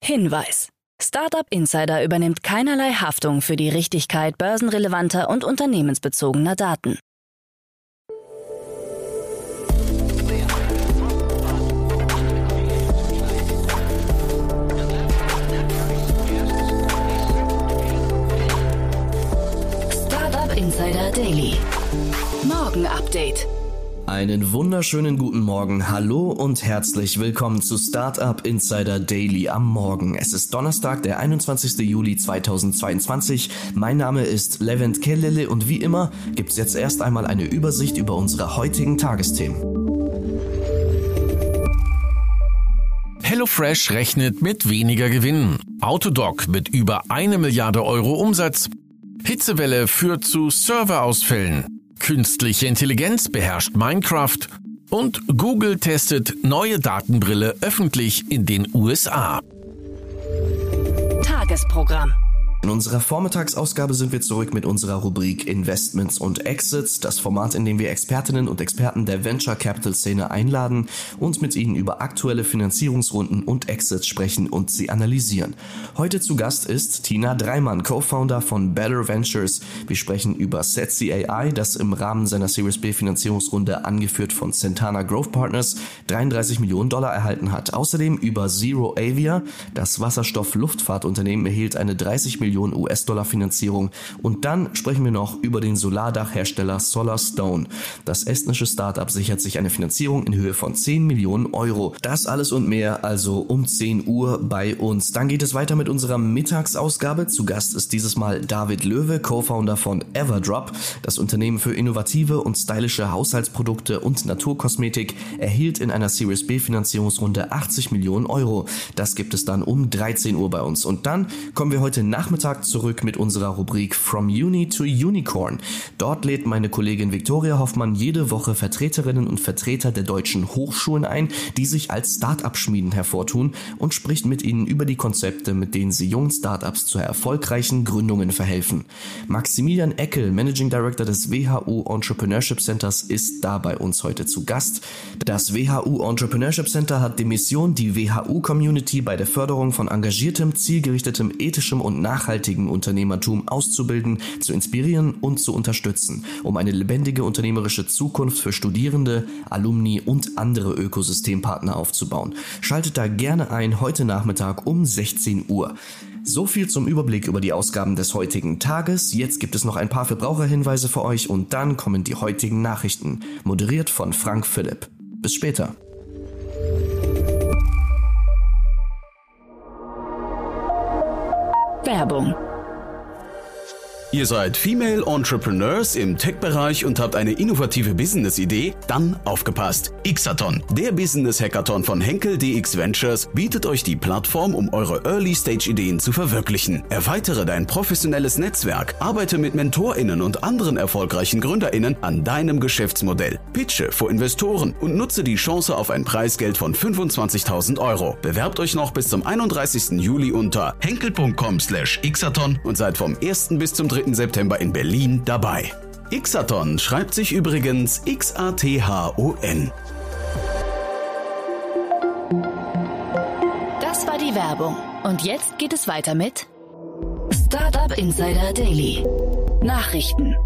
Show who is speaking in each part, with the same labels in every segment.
Speaker 1: Hinweis: Startup Insider übernimmt keinerlei Haftung für die Richtigkeit börsenrelevanter und unternehmensbezogener Daten. Startup Insider Daily. Morgen Update.
Speaker 2: Einen wunderschönen guten Morgen, hallo und herzlich willkommen zu Startup Insider Daily am Morgen. Es ist Donnerstag, der 21. Juli 2022. Mein Name ist Levent Kellele und wie immer gibt es jetzt erst einmal eine Übersicht über unsere heutigen Tagesthemen.
Speaker 3: HelloFresh rechnet mit weniger Gewinn. Autodoc mit über 1 Milliarde Euro Umsatz. Hitzewelle führt zu Serverausfällen. Künstliche Intelligenz beherrscht Minecraft und Google testet neue Datenbrille öffentlich in den USA.
Speaker 1: Tagesprogramm.
Speaker 2: In unserer Vormittagsausgabe sind wir zurück mit unserer Rubrik Investments und Exits, das Format, in dem wir Expertinnen und Experten der Venture Capital Szene einladen und mit ihnen über aktuelle Finanzierungsrunden und Exits sprechen und sie analysieren. Heute zu Gast ist Tina Dreimann, Co-Founder von Better Ventures. Wir sprechen über Setsi AI, das im Rahmen seiner Series B Finanzierungsrunde, angeführt von Centana Growth Partners, $33 Millionen erhalten hat. Außerdem über Zero Avia, das Wasserstoff-Luftfahrtunternehmen erhielt eine 30 Millionen US-Dollar-Finanzierung. Und dann sprechen wir noch über den Solardachhersteller SolarStone. Das estnische Startup sichert sich eine Finanzierung in Höhe von 10 Millionen Euro. Das alles und mehr also um 10 Uhr bei uns. Dann geht es weiter mit unserer Mittagsausgabe. Zu Gast ist dieses Mal David Löwe, Co-Founder von Everdrop. Das Unternehmen für innovative und stylische Haushaltsprodukte und Naturkosmetik erhielt in einer Series B Finanzierungsrunde 80 Millionen Euro. Das gibt es dann um 13 Uhr bei uns. Und dann kommen wir heute Nachmittag zurück mit unserer Rubrik From Uni to Unicorn. Dort lädt meine Kollegin Viktoria Hoffmann jede Woche Vertreterinnen und Vertreter der deutschen Hochschulen ein, die sich als Start-up-Schmieden hervortun, und spricht mit ihnen über die Konzepte, mit denen sie jungen Startups zu erfolgreichen Gründungen verhelfen. Maximilian Eckel, Managing Director des WHU Entrepreneurship Centers, ist da bei uns heute zu Gast. Das WHU Entrepreneurship Center hat die Mission, die WHU-Community bei der Förderung von engagiertem, zielgerichtetem, ethischem und nachhaltigem Unternehmertum auszubilden, zu inspirieren und zu unterstützen, um eine lebendige unternehmerische Zukunft für Studierende, Alumni und andere Ökosystempartner aufzubauen. Schaltet da gerne ein, heute Nachmittag um 16 Uhr. So viel zum Überblick über die Ausgaben des heutigen Tages. Jetzt gibt es noch ein paar Verbraucherhinweise für euch und dann kommen die heutigen Nachrichten, moderiert von Frank Philipp. Bis später.
Speaker 1: Werbung.
Speaker 4: Ihr seid Female Entrepreneurs im Tech-Bereich und habt eine innovative Business-Idee? Dann aufgepasst! Xathon, der Business-Hackathon von Henkel DX Ventures, bietet euch die Plattform, um eure Early-Stage-Ideen zu verwirklichen. Erweitere dein professionelles Netzwerk, arbeite mit MentorInnen und anderen erfolgreichen GründerInnen an deinem Geschäftsmodell, pitche vor Investoren und nutze die Chance auf ein Preisgeld von 25.000 Euro. Bewerbt euch noch bis zum 31. Juli unter henkel.com/Xathon und seid vom 1. bis zum 3. September in Berlin dabei. Xathon schreibt sich übrigens Xathon.
Speaker 1: Das war die Werbung. Und jetzt geht es weiter mit Startup Insider Daily. Nachrichten.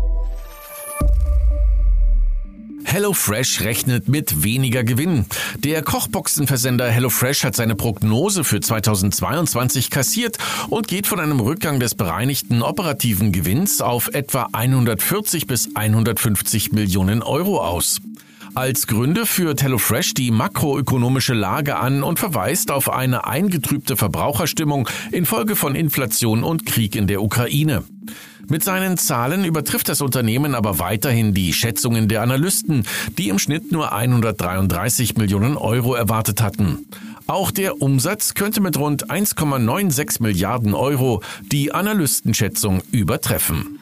Speaker 3: HelloFresh rechnet mit weniger Gewinn. Der Kochboxenversender HelloFresh hat seine Prognose für 2022 kassiert und geht von einem Rückgang des bereinigten operativen Gewinns auf etwa 140 bis 150 Millionen Euro aus. Als Gründe führt HelloFresh die makroökonomische Lage an und verweist auf eine eingetrübte Verbraucherstimmung infolge von Inflation und Krieg in der Ukraine. Mit seinen Zahlen übertrifft das Unternehmen aber weiterhin die Schätzungen der Analysten, die im Schnitt nur 133 Millionen Euro erwartet hatten. Auch der Umsatz könnte mit rund 1,96 Milliarden Euro die Analystenschätzung übertreffen.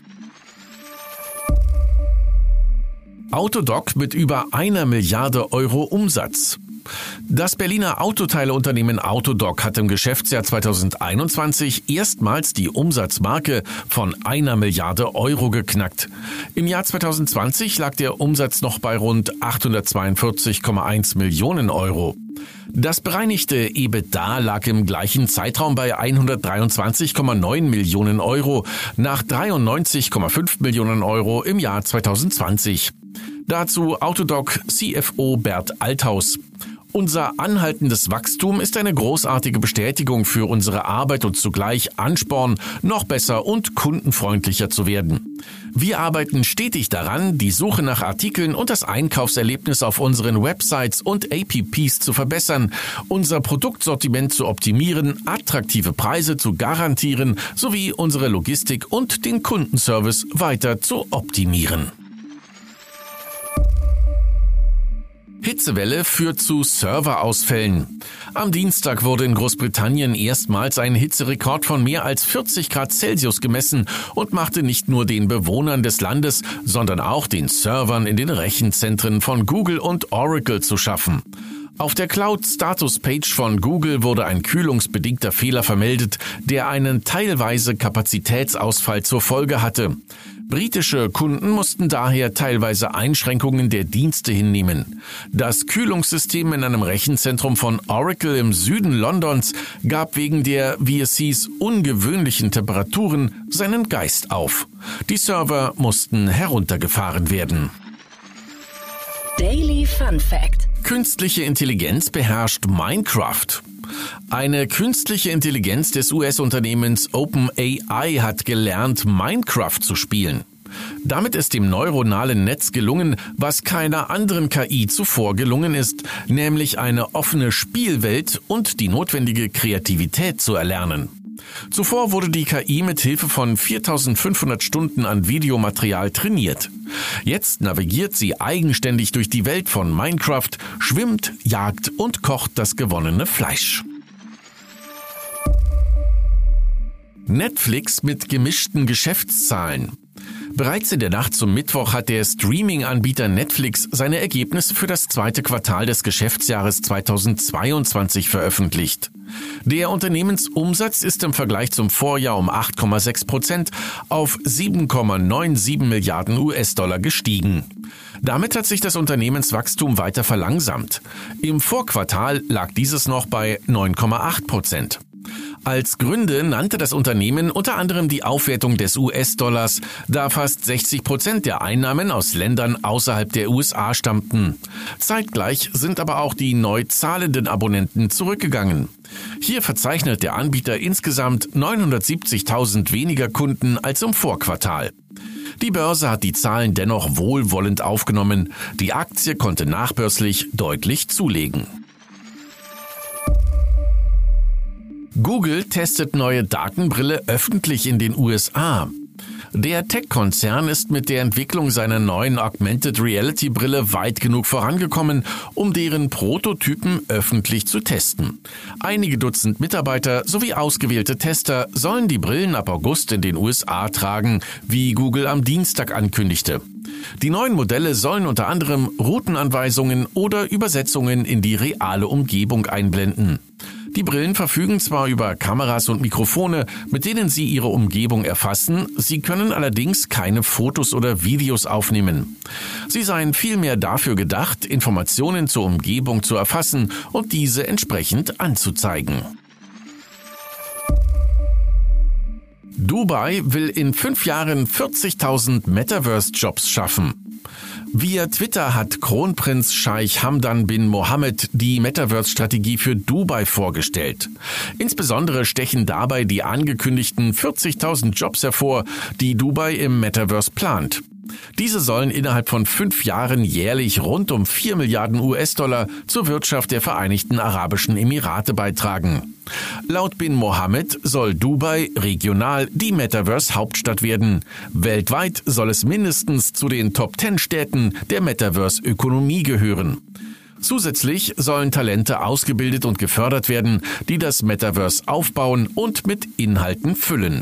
Speaker 3: Autodoc mit über 1 Milliarde Euro Umsatz. Das Berliner Autoteileunternehmen Autodoc hat im Geschäftsjahr 2021 erstmals die Umsatzmarke von 1 Milliarde Euro geknackt. Im Jahr 2020 lag der Umsatz noch bei rund 842,1 Millionen Euro. Das bereinigte EBITDA lag im gleichen Zeitraum bei 123,9 Millionen Euro nach 93,5 Millionen Euro im Jahr 2020. Dazu Autodoc CFO Bert Althaus. Unser anhaltendes Wachstum ist eine großartige Bestätigung für unsere Arbeit und zugleich Ansporn, noch besser und kundenfreundlicher zu werden. Wir arbeiten stetig daran, die Suche nach Artikeln und das Einkaufserlebnis auf unseren Websites und APPs zu verbessern, unser Produktsortiment zu optimieren, attraktive Preise zu garantieren sowie unsere Logistik und den Kundenservice weiter zu optimieren. Hitzewelle führt zu Serverausfällen. Am Dienstag wurde in Großbritannien erstmals ein Hitzerekord von mehr als 40 Grad Celsius gemessen und machte nicht nur den Bewohnern des Landes, sondern auch den Servern in den Rechenzentren von Google und Oracle zu schaffen. Auf der Cloud-Status-Page von Google wurde ein kühlungsbedingter Fehler vermeldet, der einen teilweise Kapazitätsausfall zur Folge hatte. Britische Kunden mussten daher teilweise Einschränkungen der Dienste hinnehmen. Das Kühlungssystem in einem Rechenzentrum von Oracle im Süden Londons gab wegen der, wie es hieß, ungewöhnlichen Temperaturen seinen Geist auf. Die Server mussten heruntergefahren werden.
Speaker 1: Daily Fun Fact:
Speaker 3: Künstliche Intelligenz beherrscht Minecraft. Eine künstliche Intelligenz des US-Unternehmens OpenAI hat gelernt, Minecraft zu spielen. Damit ist dem neuronalen Netz gelungen, was keiner anderen KI zuvor gelungen ist, nämlich eine offene Spielwelt und die notwendige Kreativität zu erlernen. Zuvor wurde die KI mit Hilfe von 4500 Stunden an Videomaterial trainiert. Jetzt navigiert sie eigenständig durch die Welt von Minecraft, schwimmt, jagt und kocht das gewonnene Fleisch. Netflix mit gemischten Geschäftszahlen. Bereits in der Nacht zum Mittwoch hat der Streaming-Anbieter Netflix seine Ergebnisse für das zweite Quartal des Geschäftsjahres 2022 veröffentlicht. Der Unternehmensumsatz ist im Vergleich zum Vorjahr um 8,6% auf 7,97 Milliarden US-Dollar gestiegen. Damit hat sich das Unternehmenswachstum weiter verlangsamt. Im Vorquartal lag dieses noch bei 9,8%. Als Gründe nannte das Unternehmen unter anderem die Aufwertung des US-Dollars, da fast 60% der Einnahmen aus Ländern außerhalb der USA stammten. Zeitgleich sind aber auch die neu zahlenden Abonnenten zurückgegangen. Hier verzeichnet der Anbieter insgesamt 970.000 weniger Kunden als im Vorquartal. Die Börse hat die Zahlen dennoch wohlwollend aufgenommen. Die Aktie konnte nachbörslich deutlich zulegen. Google testet neue Datenbrille öffentlich in den USA. Der Tech-Konzern ist mit der Entwicklung seiner neuen Augmented Reality Brille weit genug vorangekommen, um deren Prototypen öffentlich zu testen. Einige Dutzend Mitarbeiter sowie ausgewählte Tester sollen die Brillen ab August in den USA tragen, wie Google am Dienstag ankündigte. Die neuen Modelle sollen unter anderem Routenanweisungen oder Übersetzungen in die reale Umgebung einblenden. Die Brillen verfügen zwar über Kameras und Mikrofone, mit denen sie ihre Umgebung erfassen, sie können allerdings keine Fotos oder Videos aufnehmen. Sie seien vielmehr dafür gedacht, Informationen zur Umgebung zu erfassen und diese entsprechend anzuzeigen. Dubai will in 5 Jahren 40.000 Metaverse-Jobs schaffen. Via Twitter hat Kronprinz Scheich Hamdan bin Mohammed die Metaverse-Strategie für Dubai vorgestellt. Insbesondere stechen dabei die angekündigten 40.000 Jobs hervor, die Dubai im Metaverse plant. Diese sollen innerhalb von 5 Jahren jährlich rund um 4 Milliarden US-Dollar zur Wirtschaft der Vereinigten Arabischen Emirate beitragen. Laut bin Mohammed soll Dubai regional die Metaverse-Hauptstadt werden. Weltweit soll es mindestens zu den Top-10-Städten der Metaverse-Ökonomie gehören. Zusätzlich sollen Talente ausgebildet und gefördert werden, die das Metaverse aufbauen und mit Inhalten füllen.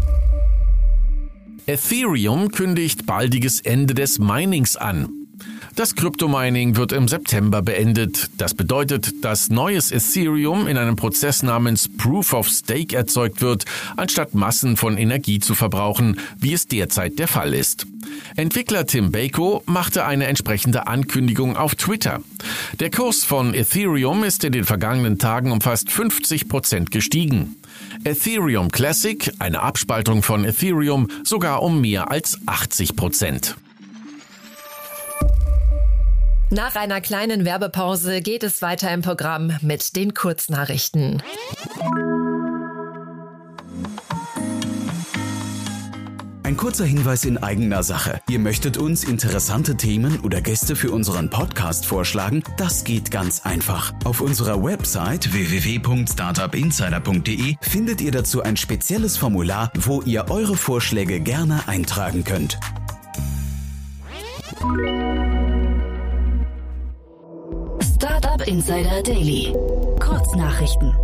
Speaker 3: Ethereum kündigt baldiges Ende des Minings an. Das Kryptomining wird im September beendet. Das bedeutet, dass neues Ethereum in einem Prozess namens Proof of Stake erzeugt wird, anstatt Massen von Energie zu verbrauchen, wie es derzeit der Fall ist. Entwickler Tim Bako machte eine entsprechende Ankündigung auf Twitter. Der Kurs von Ethereum ist in den vergangenen Tagen um fast 50% gestiegen. Ethereum Classic, eine Abspaltung von Ethereum, sogar um mehr als 80%.
Speaker 5: Nach einer kleinen Werbepause geht es weiter im Programm mit den Kurznachrichten.
Speaker 4: Ein kurzer Hinweis in eigener Sache. Ihr möchtet uns interessante Themen oder Gäste für unseren Podcast vorschlagen? Das geht ganz einfach. Auf unserer Website www.startupinsider.de findet ihr dazu ein spezielles Formular, wo ihr eure Vorschläge gerne eintragen könnt.
Speaker 1: Startup Insider Daily. Kurznachrichten.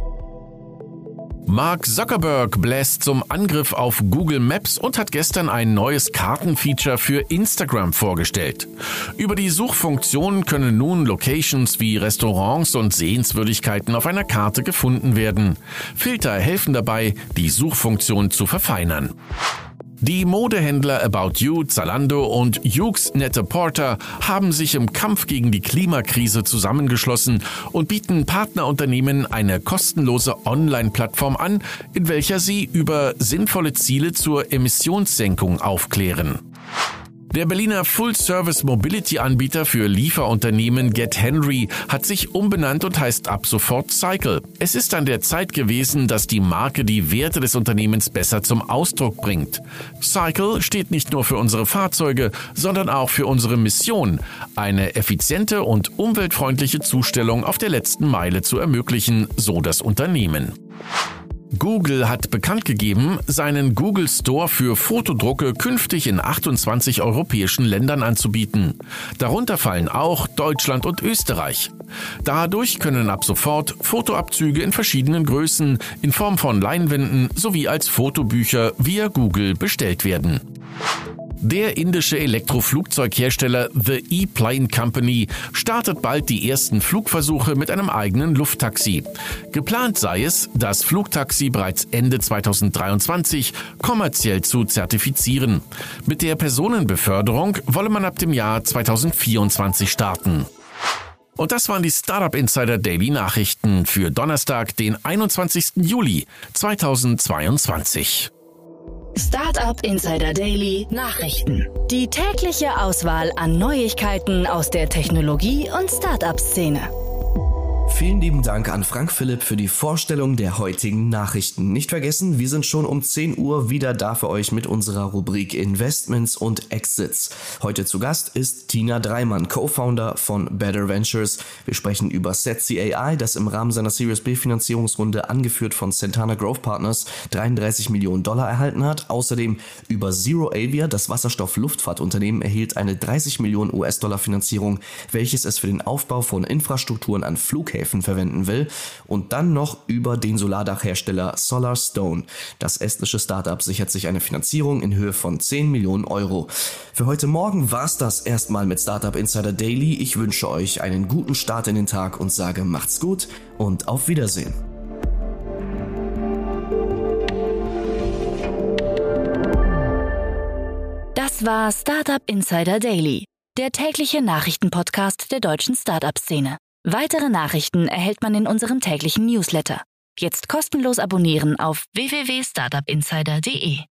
Speaker 3: Mark Zuckerberg bläst zum Angriff auf Google Maps und hat gestern ein neues Kartenfeature für Instagram vorgestellt. Über die Suchfunktion können nun Locations wie Restaurants und Sehenswürdigkeiten auf einer Karte gefunden werden. Filter helfen dabei, die Suchfunktion zu verfeinern. Die Modehändler About You, Zalando und Yoox Net-a-Porter haben sich im Kampf gegen die Klimakrise zusammengeschlossen und bieten Partnerunternehmen eine kostenlose Online-Plattform an, in welcher sie über sinnvolle Ziele zur Emissionssenkung aufklären. Der Berliner Full-Service-Mobility-Anbieter für Lieferunternehmen GetHenry hat sich umbenannt und heißt ab sofort Cycle. Es ist an der Zeit gewesen, dass die Marke die Werte des Unternehmens besser zum Ausdruck bringt. Cycle steht nicht nur für unsere Fahrzeuge, sondern auch für unsere Mission, eine effiziente und umweltfreundliche Zustellung auf der letzten Meile zu ermöglichen, so das Unternehmen. Google hat bekannt gegeben, seinen Google Store für Fotodrucke künftig in 28 europäischen Ländern anzubieten. Darunter fallen auch Deutschland und Österreich. Dadurch können ab sofort Fotoabzüge in verschiedenen Größen in Form von Leinwänden sowie als Fotobücher via Google bestellt werden. Der indische Elektroflugzeughersteller The E-Plane Company startet bald die ersten Flugversuche mit einem eigenen Lufttaxi. Geplant sei es, das Flugtaxi bereits Ende 2023 kommerziell zu zertifizieren. Mit der Personenbeförderung wolle man ab dem Jahr 2024 starten. Und das waren die Startup Insider Daily Nachrichten für Donnerstag, den 21. Juli 2022.
Speaker 1: Startup Insider Daily Nachrichten. Die tägliche Auswahl an Neuigkeiten aus der Technologie- und Startup-Szene.
Speaker 2: Vielen lieben Dank an Frank Philipp für die Vorstellung der heutigen Nachrichten. Nicht vergessen, wir sind schon um 10 Uhr wieder da für euch mit unserer Rubrik Investments und Exits. Heute zu Gast ist Tina Dreimann, Co-Founder von Better Ventures. Wir sprechen über Setsi AI, das im Rahmen seiner Series B Finanzierungsrunde, angeführt von Santana Growth Partners, 33 Millionen Dollar erhalten hat. Außerdem über Zero Avia, das Wasserstoff-Luftfahrtunternehmen, erhielt eine 30 Millionen US-Dollar Finanzierung, welches es für den Aufbau von Infrastrukturen an Flughäfen verwenden will, und dann noch über den Solardachhersteller Solarstone. Das estnische Startup sichert sich eine Finanzierung in Höhe von 10 Millionen Euro. Für heute Morgen war's das erstmal mit Startup Insider Daily. Ich wünsche euch einen guten Start in den Tag und sage macht's gut und auf Wiedersehen.
Speaker 1: Das war Startup Insider Daily, der tägliche Nachrichtenpodcast der deutschen Startup-Szene. Weitere Nachrichten erhält man in unserem täglichen Newsletter. Jetzt kostenlos abonnieren auf www.startupinsider.de.